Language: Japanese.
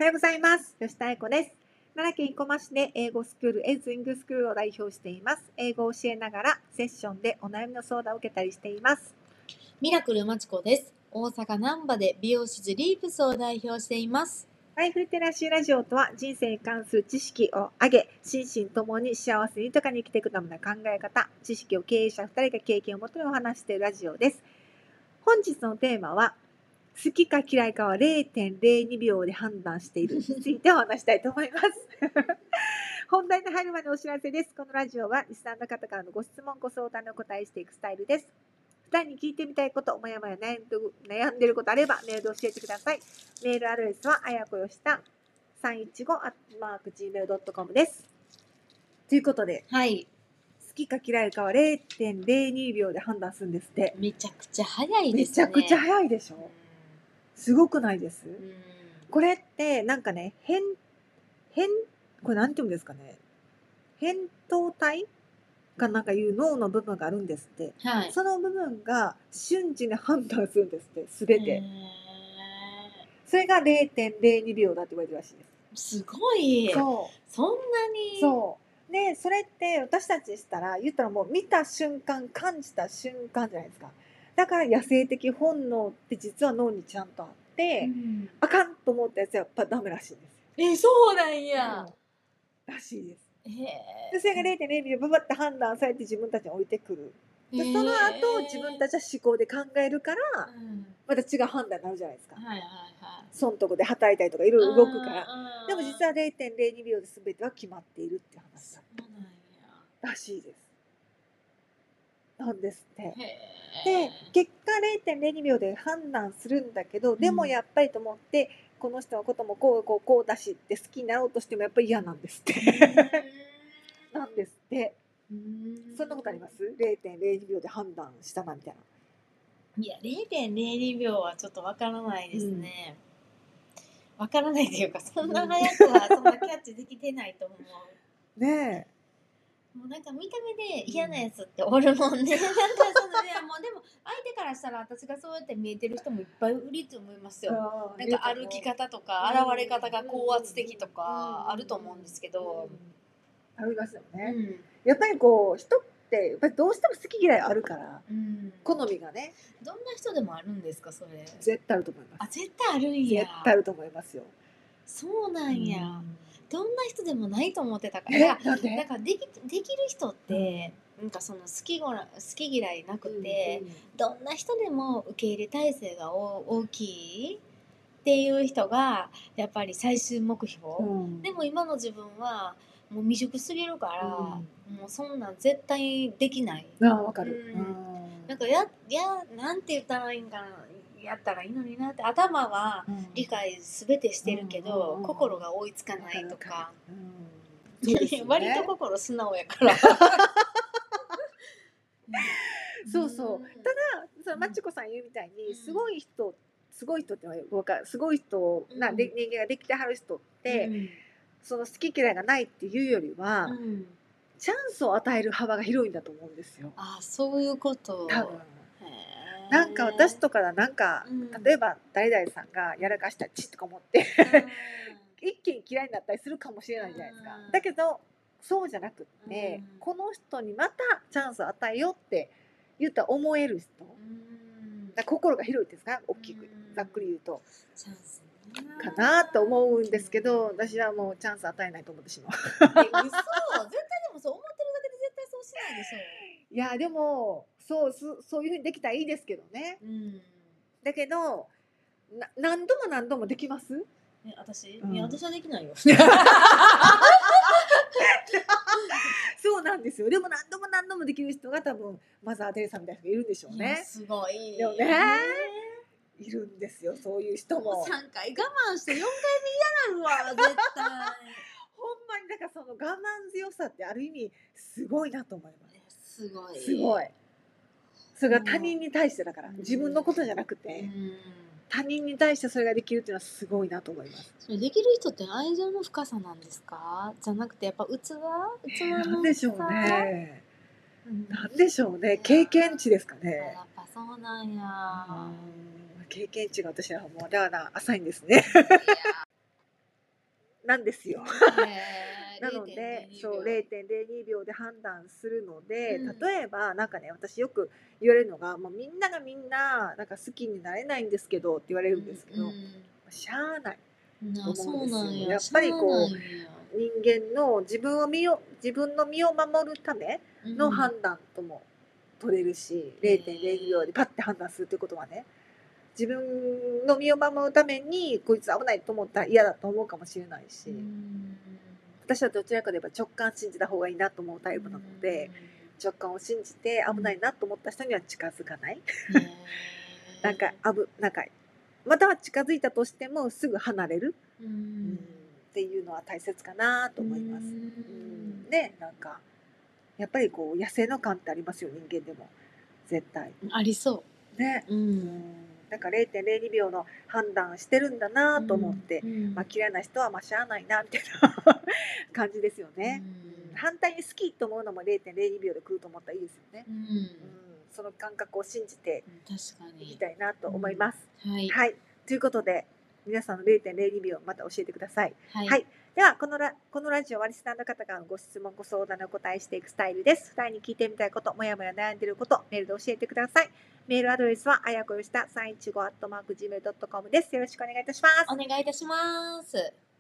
おはようございます。吉田愛子です。奈良県生駒市で英語スクールエイズイングスクールを代表しています。英語を教えながらセッションでお悩みの相談を受けたりしています。 ミラクルまちこです。大阪難波で美容室リープスを代表しています。 ライフリテラシーラジオとは人生に関する知識を上げ、心身ともに幸せに豊かに生きていくための考え方、知識を経営者2人が経験をもとにお話しているラジオです。本日のテーマは、好きか嫌いかは 0.02 秒で判断しているについてお話したいと思います。本題に入る前にお知らせです。このラジオはリスナーの方からのご質問、ご相談にお答えしていくスタイルです。2人に聞いてみたいこと、もやもや悩んでいることあればメールで教えてください。メールアドレスはあやこよした315@gmail.com です。ということで、 はい。 好きか嫌いかは 0.02 秒で判断するんですって。 めちゃくちゃ早いめですね。 ちゃくちゃ早いでしょ。すごくないです？これってなんかね、これなんていうんですかね、扁桃体かなんかいう脳の部分があるんですって。 はい。 その部分が瞬時に判断するんですって、すべて。それが 0.02 秒だって言われてるらしいです。 すごい。 そそんなに。 そうで、それって私たちしたら言ったらもう見た瞬間、感じた瞬間じゃないですか。だから野生的本能って実は脳にちゃんとあって、あかんと思ったやつはやっぱダメらしいんですよ。 そうなんや。 らしいです。 へでそれが 0.0 秒でブバッて判断されて自分たちに置いてくる。でその後自分たちは思考で考えるから、また違う判断になるじゃないですか。 はいはいはい。 そのとこで働いたりとかいろいろ動くから。でも実は 0.02 秒で全ては決まっているっていう話だらしいです。なんですって。で結果 0.02 秒で判断するんだけど、でもやっぱりと思ってこの人のこともこうだしって好きになろうとしてもやっぱり嫌なんですってなんですって。そんなことあります？ 0.02 秒で判断したなみたいな。 いや 0.02 秒はちょっとわからないですね。わからないというかそんな早くはそんなキャッチできてないと思う。 ねえ。 もうなんか見た目で嫌なやつっておるもんね。なんかそのね、もうでも相手からしたら私がそうやって見えてる人もいっぱいいると思いますよ。なんか歩き方とか現れ方が高圧的とかあると思うんですけど。 ありますよね。やっぱりこう人ってやっぱりどうしても好き嫌いあるから、好みがね。 どんな人でもあるんですかそれ？ 絶対あると思います。 あ、絶対あるんや。 絶対あると思いますよ。 そうなんや。どんな人でもないと思ってたから。 なんで？ だからできる人って、なんかその好き嫌いなくて、どんな人でも受け入れ体制が大きいっていう人がやっぱり最終目標。でも今の自分はもう未熟すぎるから、もうそんなん絶対できない。 わかる。 なんかなんて言ったらいいんかな。やったらいいのになって頭は理解すべてしてるけど、心が追いつかないとか、割と心素直やからそうそう。ただそのまちこさん言うみたいにすごい人ってすごい人な人間ができてはる人って、その好き嫌いがないっていうよりは、チャンスを与える幅が広いんだと思うんですよ。 あ、そういうこと。 多分。なんか私とかなんか、例えば誰々さんがやらかしたチッとか思って一気に嫌いになったりするかもしれないじゃないですか。だけどそうじゃなくって、この人にまたチャンスを与えようって言ったら思える人、だ心が広いですか、大きくざっくり言うとチャンスかなと思うんですけど、私はもうチャンス与えないと思ってしまう。 嘘、絶対でもそう思ってるだけで絶対そうしないでしょ。 いやでもそういうふうにできたらいいですけどね。だけど何度もできます？ 私？いや私はできないよ。 そうなんですよ。でも何度もできる人が多分マザー・テレサみたいな人がいるんでしょうね。 すごいよね。いるんですよ、そういう人も。 3回我慢して4回目嫌なるわ絶対。 ほんまにだからその我慢強さってある意味すごいなと思います。 すごい。 すごい。それが他人に対してだから、自分のことじゃなくて、他人に対してそれができるっていうのはすごいなと思います。 それできる人って愛情の深さなんですか？じゃなくてやっぱ器なんでしょうね。なんでしょうね。経験値ですかね。 やっぱそうなんや。 経験値が私はまだ浅いんですね。 なんですよ。 へーなので、 0.02 そう秒。 0.02秒で判断するので、 うん例えばなんかね、私よく言われるのが、もうみんながみんななんか好きになれないんですけどって言われるんですけど、しゃあないと思そううんですよ。 なんや。 やっぱりこうしゃあないんや。 人間の自分の身を守るための判断とも取れるし、0.02秒でパッて判断するということはね、自分の身を守るためにこいつ危ないと思ったら嫌だと思うかもしれないし、私はどちらかといえば直感信じた方がいいなと思うタイプなので、直感を信じて危ないなと思った人には近づかない。なんかまたは近づいたとしてもすぐ離れる、っていうのは大切かなと思います。で、なんかやっぱりこう野生の感ってありますよ、人間でも絶対ありそね。 う。 だから0.02秒の判断してるんだなと思って、嫌いな人はしゃあないなみたいな感じですよね。反対に好きと思うのも0.02秒で来ると思ったらいいですよね。その感覚を信じていきたいなと思います。はい、ということで皆さんの0.02秒また教えてください。はい、ではこのラジオはリスナーの方からのご質問ご相談にお答えしていくスタイルです。2人に聞いてみたいこと、もやもや悩んでいること、メールで教えてください。メールアドレスはあやこよした315@gmail.com です。よろしくお願いいたします。 お願いいたします。